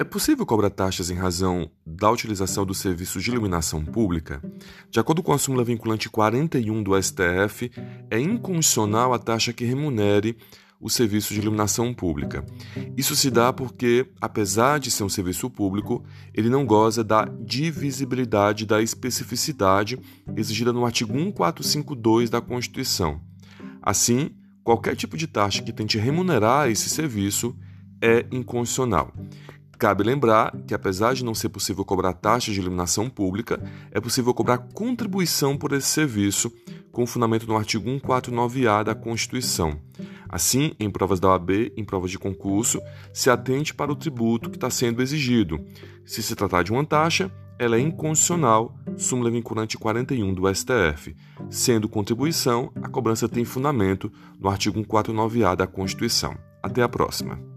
É possível cobrar taxas em razão da utilização dos serviços de iluminação pública? De acordo com a súmula vinculante 41 do STF, é inconstitucional a taxa que remunere o serviço de iluminação pública. Isso se dá porque, apesar de ser um serviço público, ele não goza da divisibilidade da especificidade exigida no artigo 1452 da Constituição. Assim, qualquer tipo de taxa que tente remunerar esse serviço é inconstitucional. Cabe lembrar que, apesar de não ser possível cobrar taxa de iluminação pública, é possível cobrar contribuição por esse serviço, com fundamento no artigo 149-A da Constituição. Assim, em provas da OAB, em provas de concurso, se atente para o tributo que está sendo exigido. Se se tratar de uma taxa, ela é inconstitucional, súmula vinculante 41 do STF. Sendo contribuição, a cobrança tem fundamento no artigo 149-A da Constituição. Até a próxima.